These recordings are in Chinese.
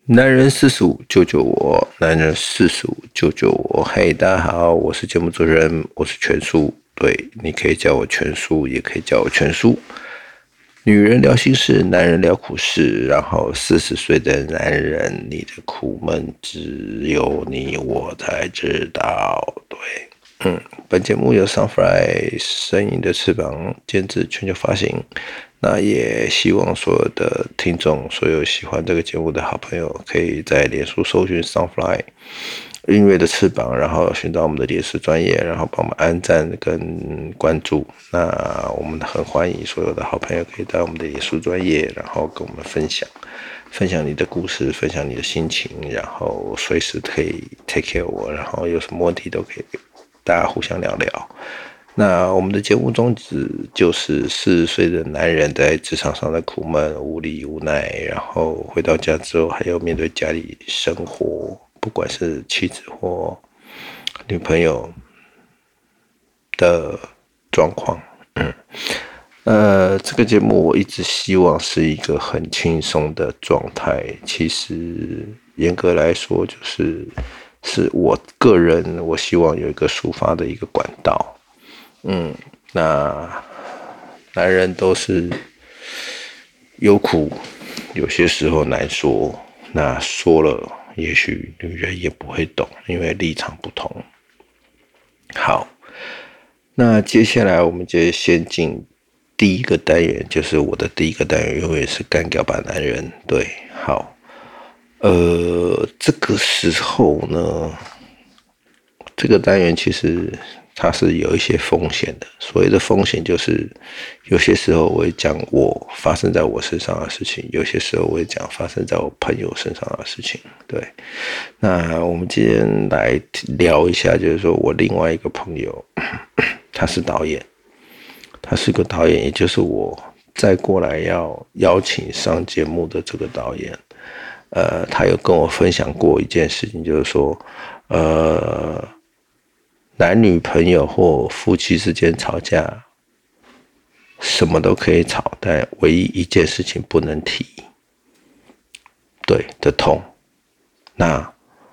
男人45救救我，男人45救救我。嘿，大家好，我是节目主持人，我是全叔。对，你可以叫我全叔，也可以叫我全叔。女人聊心事，男人聊苦事。然后40岁的男人，你的苦闷只有你我才知道。对，本节目由 Sunfly 声音的翅膀监制全球发行。那也希望所有的听众，所有喜欢这个节目的好朋友，可以在脸书搜寻 Sunfly 音乐的翅膀，然后寻找我们的脸书专页，然后帮我们按赞跟关注。那我们很欢迎所有的好朋友可以在我们的脸书专页，然后跟我们分享你的故事，分享你的心情，然后随时可以 take care 我，然后有什么问题都可以大家互相聊聊。那我们的节目宗旨就是40岁的男人在职场上的苦闷、无力、无奈，然后回到家之后还要面对家里生活，不管是妻子或女朋友的状况。这个节目我一直希望是一个很轻松的状态，其实严格来说是我个人我希望有一个抒发的一个管道。那男人都是有苦，有些时候难说。那说了，也许女人也不会懂，因为立场不同。好，那接下来我们就先进第一个单元，就是我的第一个单元，永远是干掉吧男人。对，好，这个时候呢，这个单元其实它是有一些风险的。所谓的风险就是有些时候我会讲发生在我身上的事情，有些时候我会讲发生在我朋友身上的事情。对，那我们今天来聊一下，就是说我另外一个朋友，他是导演，他是个导演，也就是我再过来要邀请上节目的这个导演。他有跟我分享过一件事情，就是说男女朋友或夫妻之间吵架，什么都可以吵，但唯一一件事情不能提，对的痛。那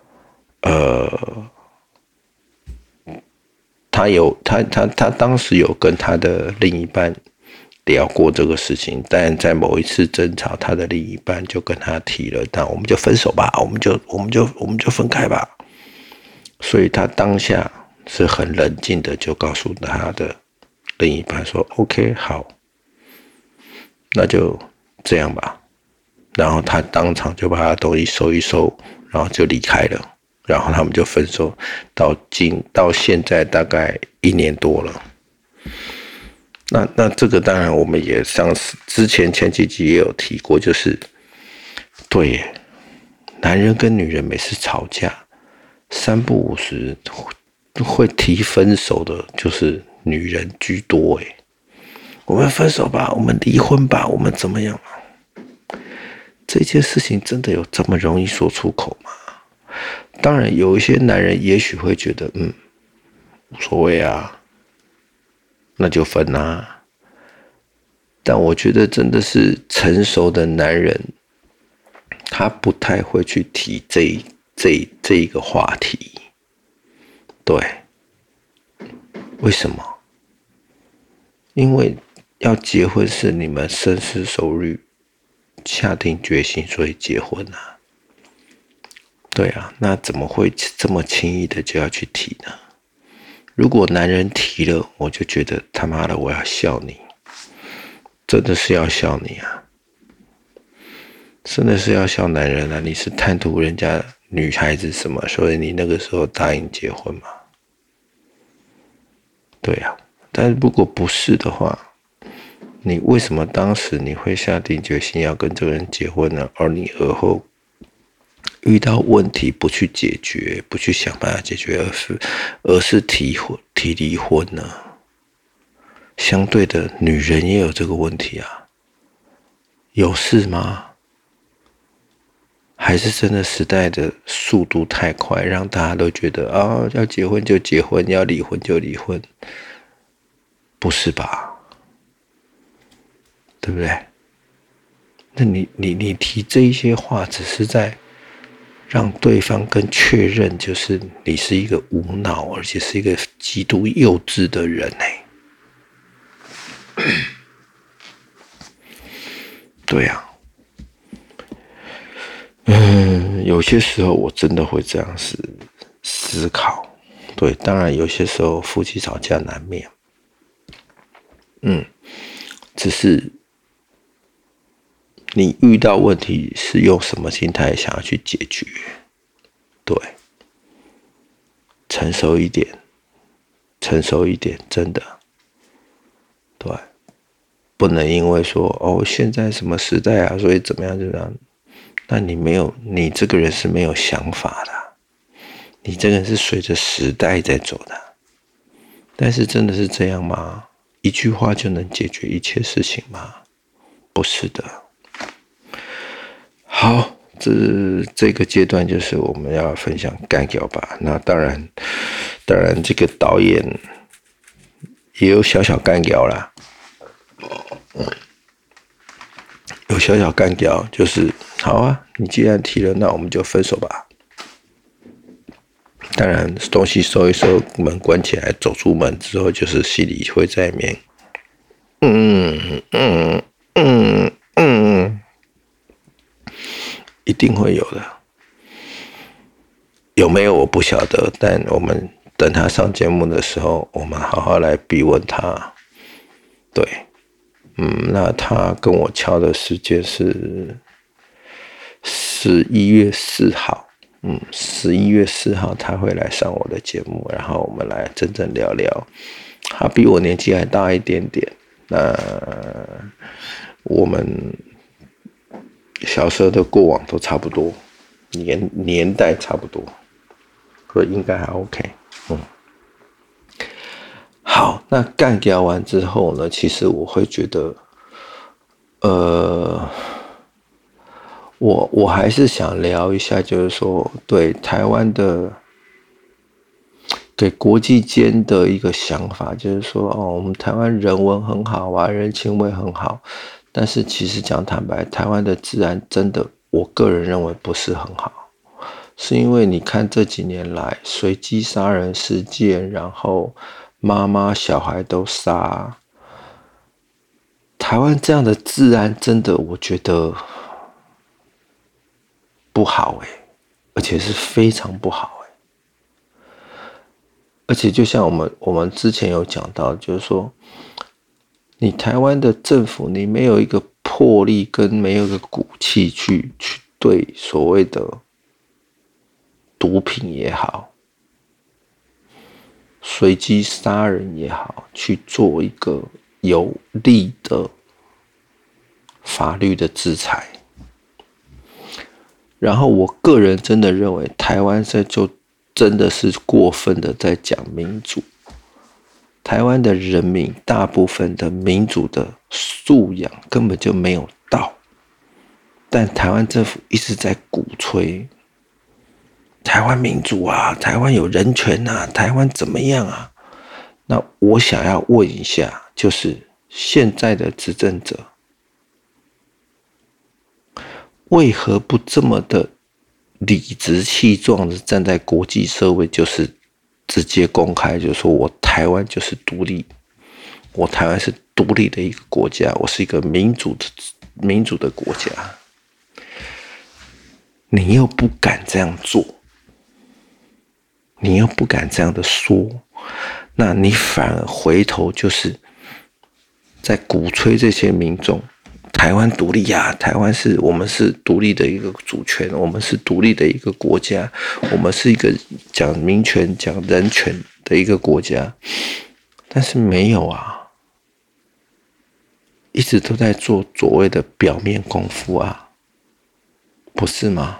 他当时有跟他的另一半聊过这个事情，但在某一次争吵，他的另一半就跟他提了，那我们就分手吧，我们就分开吧。所以他当下是很冷静的，就告诉他的另一半说 ：“OK， 好，那就这样吧。”然后他当场就把他的东西收一收，然后就离开了。然后他们就分手，到现在大概1年多了。那这个当然我们也上次之前前几集也有提过，就是对耶，男人跟女人每次吵架3不5时会提分手的，就是女人居多耶。我们分手吧，我们离婚吧，我们怎么样？这件事情真的有这么容易说出口吗？当然，有一些男人也许会觉得，无所谓啊，那就分啊。但我觉得真的是成熟的男人，他不太会去提这一个话题。对，为什么？因为要结婚是你们深思熟虑、下定决心，所以结婚啊。对啊，那怎么会这么轻易的就要去提呢？如果男人提了，我就觉得他妈的我要笑你，真的是要笑你啊！真的是要笑男人啊！你是贪图人家女孩子什么，所以你那个时候答应结婚吗？对啊，但如果不是的话，你为什么当时你会下定决心要跟这个人结婚呢？而你而后遇到问题不去解决，不去想办法解决，而是提离婚呢？相对的，女人也有这个问题啊，有事吗？还是真的时代的速度太快，让大家都觉得要结婚就结婚，要离婚就离婚，不是吧？对不对？那你提这一些话，只是在让对方更确认，就是你是一个无脑，而且是一个极度幼稚的人对啊，有些时候我真的会这样思考。对，当然有些时候夫妻吵架难免，只是你遇到问题是用什么心态想要去解决？对，成熟一点，真的，对，不能因为说现在什么时代啊，所以怎么样，那你这个人是没有想法的，你这个人是随着时代在走的。但是真的是这样吗？一句话就能解决一切事情吗？不是的。好，这个阶段就是我们要分享干掉吧。那当然，这个导演也有小小干掉啦。有小小干掉，就是好啊，你既然提了，那我们就分手吧。当然，东西收一收，门关起来，走出门之后，就是心里会在里面，一定会有的。有没有我不晓得，但我们等他上节目的时候，我们好好来逼问他。对，那他跟我敲的时间是11月4号。11月4号他会来上我的节目，然后我们来真正聊聊。他比我年纪还大一点点，那我们小时候的过往都差不多，年代差不多，所以应该还 OK。好，那干掉完之后呢，其实我会觉得，我还是想聊一下，就是说对台湾的给国际间的一个想法，就是说我们台湾人文很好啊，人情味很好，但是其实讲坦白，台湾的治安真的，我个人认为不是很好，是因为你看这几年来随机杀人事件，然后妈妈小孩都杀，台湾这样的治安真的，我觉得不好而且是非常不好而且就像我们之前有讲到，就是说，你台湾的政府，你没有一个魄力跟没有一个骨气去对所谓的毒品也好，随机杀人也好，去做一个有力的法律的制裁。然后我个人真的认为，台湾就真的是过分的在讲民主。台湾的人民大部分的民主的素养根本就没有到，但台湾政府一直在鼓吹台湾民主啊，台湾有人权啊，台湾怎么样啊？那我想要问一下，就是现在的执政者为何不这么的理直气壮的站在国际社会，就是直接公开，就是说我台湾就是独立，我台湾是独立的一个国家，我是一个民主的国家，你又不敢这样做，你又不敢这样的说，那你反而回头就是在鼓吹这些民众。台湾独立啊，我们是独立的一个主权，我们是独立的一个国家，我们是一个讲民权、讲人权的一个国家，但是没有啊，一直都在做所谓的表面功夫啊，不是吗？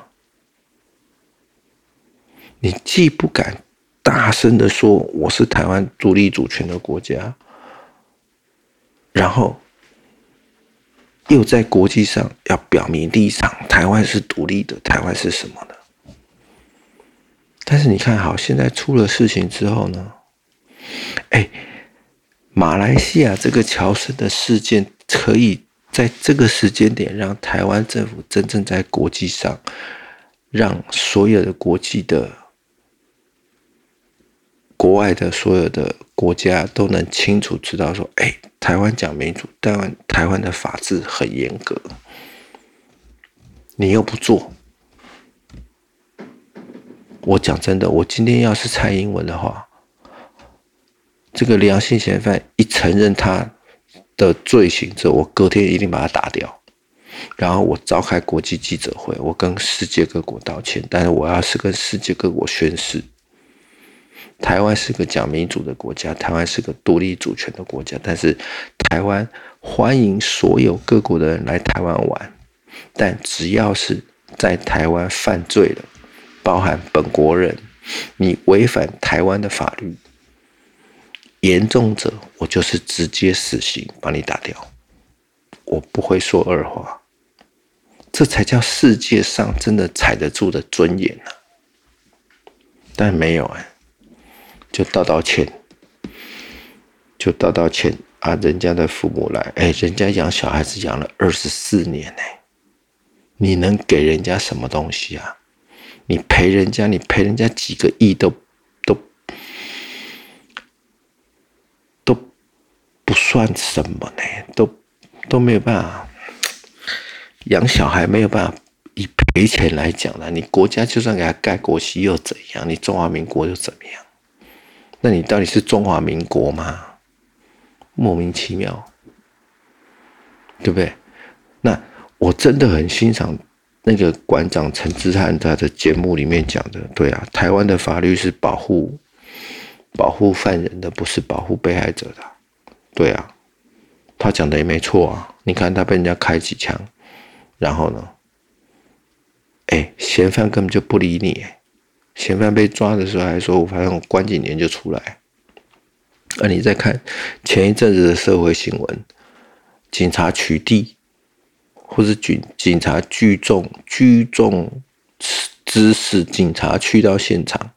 你既不敢大声的说我是台湾独立主权的国家，然后又在国际上要表明立场，台湾是独立的，台湾是什么的？但是你看好，现在出了事情之后呢？马来西亚这个侨生的事件，可以在这个时间点让台湾政府真正在国际上让所有的国外的所有的国家都能清楚知道说，台湾讲民主，台湾的法治很严格，你又不做。我讲真的，我今天要是蔡英文的话，这个良心嫌犯一承认他的罪行之后，我隔天一定把他打掉，然后我召开国际记者会，我跟世界各国道歉，但是我要是跟世界各国宣示，台湾是个讲民主的国家，台湾是个独立主权的国家，但是台湾欢迎所有各国的人来台湾玩，但只要是在台湾犯罪了，包含本国人，你违反台湾的法律，严重者我就是直接死刑把你打掉，我不会说二话，这才叫世界上真的踩得住的尊严啊！但没有就道歉啊！人家的父母来，人家养小孩子养了24年你能给人家什么东西啊？你赔人家几个亿都不算什么呢，都没有办法养小孩，没有办法以赔钱来讲的。你国家就算给他盖国旗又怎样？你中华民国又怎么样？那你到底是中华民国吗？莫名其妙，对不对？那我真的很欣赏那个馆长陈之汉他的节目里面讲的，对啊，台湾的法律是保护犯人的，不是保护被害者的。对啊，他讲的也没错啊。你看他被人家开几枪，然后呢，嫌犯根本就不理你，嫌犯被抓的时候还说，反正我关几年就出来。你再看前一阵子的社会新闻，警察取缔，或是警察聚众指使警察去到现场，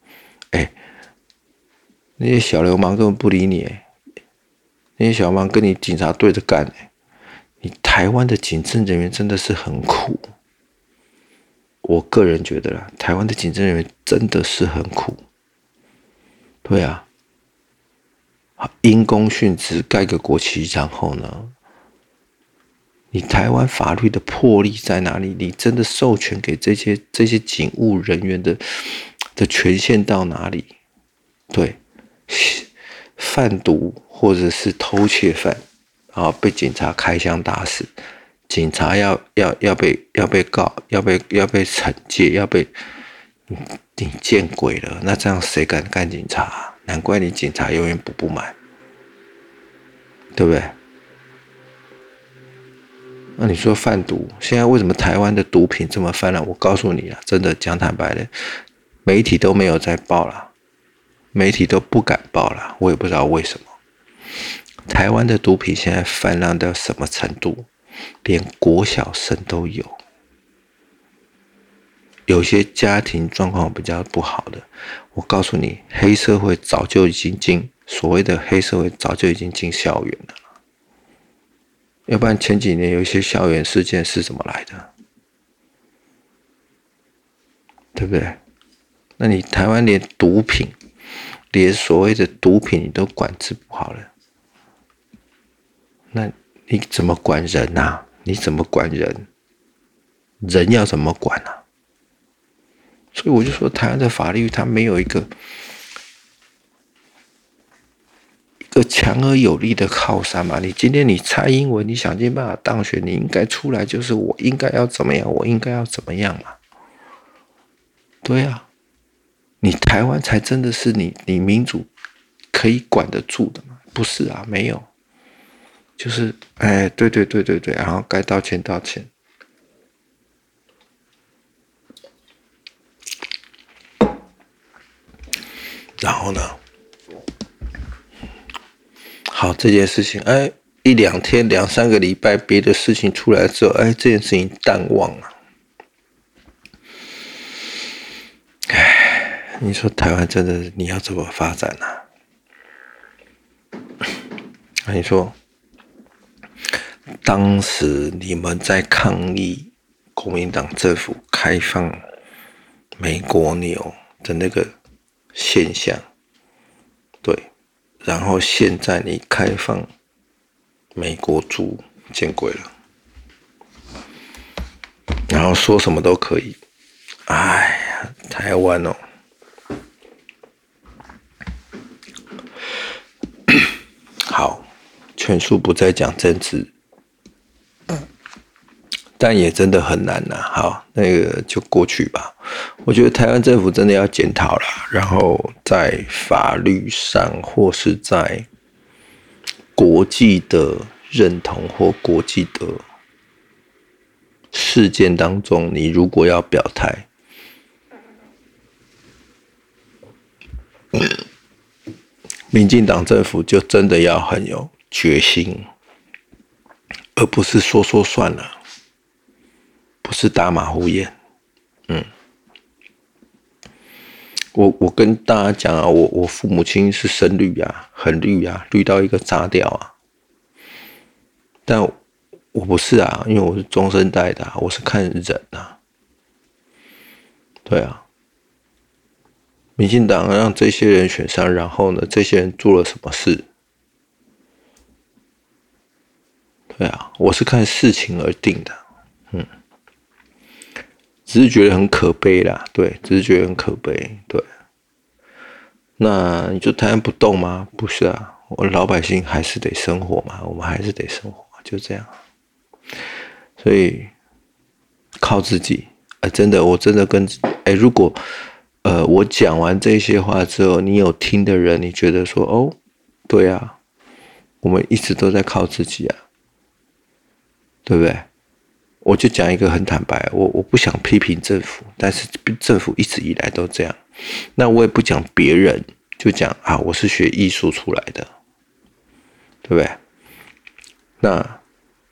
那些小流氓根本不理你，那些小流氓跟你警察对着干，你台湾的警政人员真的是很苦。我个人觉得啦，台湾的警政人员真的是很苦。对啊，因公殉职，盖个国旗，然后呢，你台湾法律的魄力在哪里？你真的授权给这些警务人员的权限到哪里？对，贩毒或者是偷窃犯被警察开枪打死，警察要被告，要被惩戒，你见鬼了！那这样谁敢干警察？难怪你警察永远补不满，对不对？那你说贩毒，现在为什么台湾的毒品这么泛滥？我告诉你啊，真的讲坦白的，媒体都没有在报了，媒体都不敢报了，我也不知道为什么。台湾的毒品现在泛滥到什么程度？连国小生都有。有些家庭状况比较不好的，我告诉你，黑社会早就已经所谓的黑社会早就已经进校园了。要不然前几年有一些校园事件是怎么来的？对不对？那你台湾连毒品，连所谓的毒品你都管制不好了，那你怎么管人啊？你怎么管人？人要怎么管啊？所以我就说，台湾的法律它没有一个强而有力的靠山嘛。你今天你蔡英文，你想尽办法当选，你应该出来就是我应该要怎么样，我应该要怎么样嘛。对啊，你台湾才真的是你民主可以管得住的嘛？不是啊，没有，就是对，然后该道歉道歉。然后呢？好，这件事情，一两天、两三个礼拜，别的事情出来之后，这件事情淡忘了。你说台湾真的你要怎么发展啊？你说，当时你们在抗议国民党政府开放美国牛的那个现象，对，然后现在你开放美国猪，见鬼了，然后说什么都可以，哎呀，台湾哦，好，全数不再讲政治。但也真的很难呐，好，那个就过去吧。我觉得台湾政府真的要检讨啦，然后在法律上或是在国际的认同或国际的事件当中，你如果要表态，民进党政府就真的要很有决心，而不是说说算了。不是打马虎眼，我跟大家讲啊，我父母亲是深绿啊，很绿啊，绿到一个炸掉啊。但我不是啊，因为我是中生代的、啊，我是看人啊。对啊，民进党让这些人选上，然后呢，这些人做了什么事？对啊，我是看事情而定的，只是觉得很可悲啦，对，只是觉得很可悲，对。那你就台湾不动吗？不是啊，我老百姓还是得生活嘛，我们还是得生活，就这样。所以靠自己，真的，我真的跟如果我讲完这些话之后，你有听的人，你觉得说哦，对啊，我们一直都在靠自己啊，对不对？我就讲一个很坦白，我不想批评政府，但是政府一直以来都这样。那我也不讲别人，就讲啊，我是学艺术出来的，对不对？那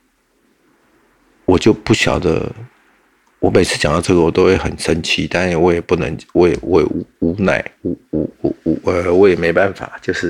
我就不晓得，我每次讲到这个，我都会很生气，但我也不能，我也无奈，我也没办法，就是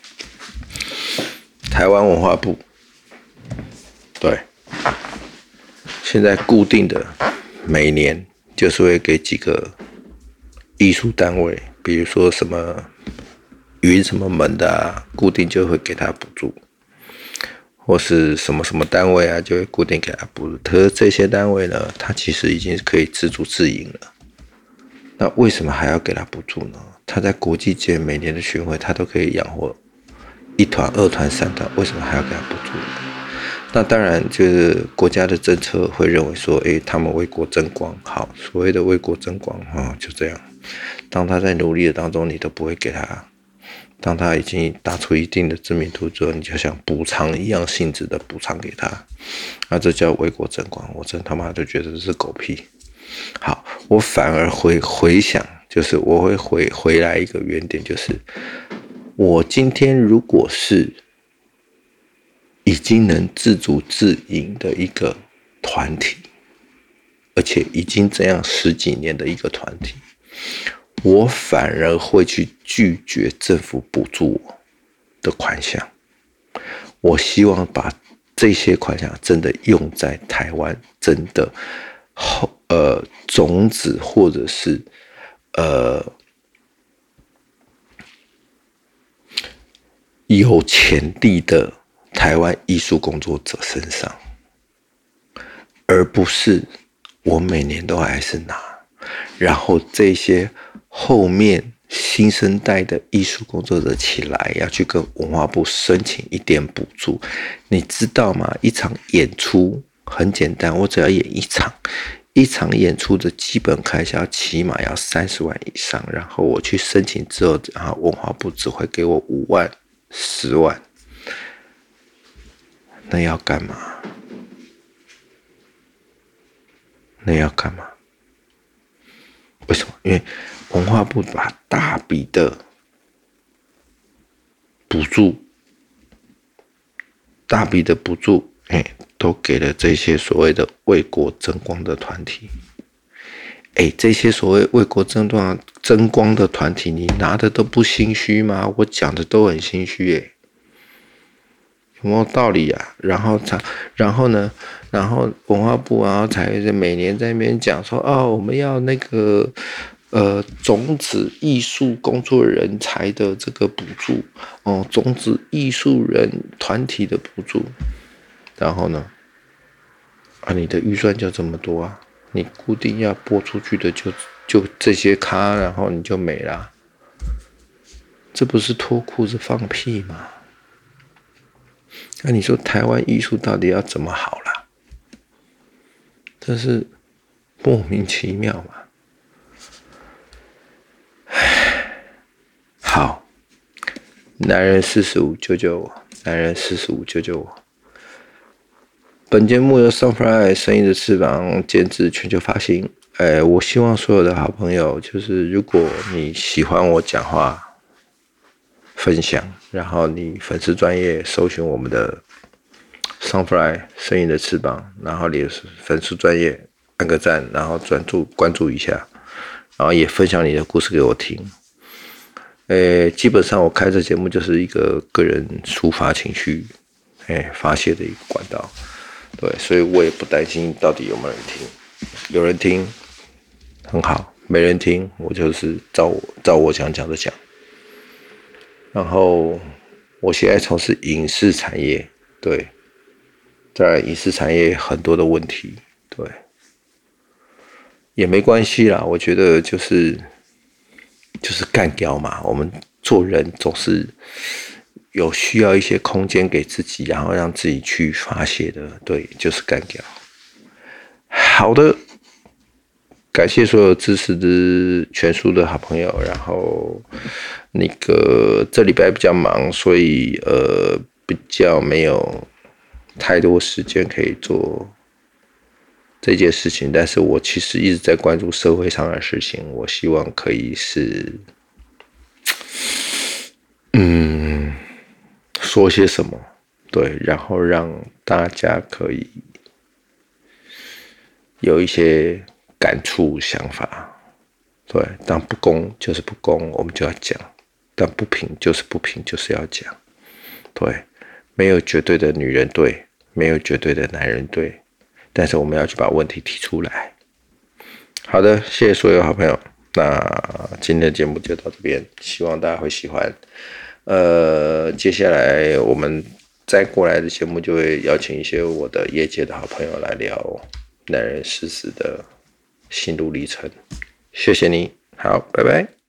台湾文化部，对。现在固定的每年就是会给几个艺术单位，比如说什么云什么门的啊，固定就会给他补助，或是什么什么单位啊，就会固定给他补助。可是这些单位呢，他其实已经可以自主自营了，那为什么还要给他补助呢？他在国际界每年的巡回，他都可以养活1团、2团、3团，为什么还要给他补助呢？那当然，就是国家的政策会认为说，他们为国争光，好，所谓的为国争光就这样。当他在努力的当中，你都不会给他；当他已经打出一定的知名度之后，你就像补偿一样性质的补偿给他，那这叫为国争光。我真他妈就觉得这是狗屁。好，我反而回想，就是我会回来一个原点，就是我今天如果是已经能自主自营的一个团体，而且已经这样10几年的一个团体，我反而会去拒绝政府补助我的款项。我希望把这些款项真的用在台湾真的种子或者是有潜力的台湾艺术工作者身上，而不是我每年都还是拿，然后这些后面新生代的艺术工作者起来要去跟文化部申请一点补助，你知道吗？一场演出很简单，我只要演一场演出的基本开销起码要30万以上，然后我去申请之后，然后文化部只会给我5万、10万。那要干嘛？为什么？因为文化部把大笔的补助，都给了这些所谓的为国争光的团体。这些所谓为国争光的团体，你拿的都不心虚吗？我讲的都很心虚有没有道理啊？然后呢？然后文化部才每年在那边讲说，我们要那个种子艺术工作人才的这个补助哦，种子艺术人团体的补助，然后呢，你的预算就这么多啊，你固定要播出去的就这些咖，然后你就没啦，这不是脱裤子放屁吗？那你说台湾艺术到底要怎么好啦？这是莫名其妙嘛。好，男人45救救我，男人45救救我。本节目由 Sunfly 声音的翅膀监制，全球发行。我希望所有的好朋友，就是如果你喜欢我讲话，分享，然后你粉丝专页搜寻我们的 Sunfly 声音的翅膀，然后你粉丝专页按个赞，然后关注一下，然后也分享你的故事给我听。基本上我开这节目就是一个个人抒发情绪，发泄的一个管道。对，所以我也不担心到底有没有人听，有人听很好，没人听我就是照我想讲的讲。然后我现在从事影视产业，对，在影视产业很多的问题，对，也没关系啦，我觉得就是干掉嘛，我们做人总是有需要一些空间给自己，然后让自己去发泄的，对，就是干掉。好的，感谢所有支持的全书的好朋友。然后那个这礼拜比较忙，所以比较没有太多时间可以做这件事情，但是我其实一直在关注社会上的事情，我希望可以是说些什么，对，然后让大家可以有一些感触想法，对，当不公就是不公，我们就要讲；当不平就是不平，就是要讲。对，没有绝对的女人对，没有绝对的男人对，但是我们要去把问题提出来。好的，谢谢所有好朋友，那今天的节目就到这边，希望大家会喜欢。接下来我们再过来的节目就会邀请一些我的业界的好朋友来聊男人40的心路历程。谢谢你，好，拜拜。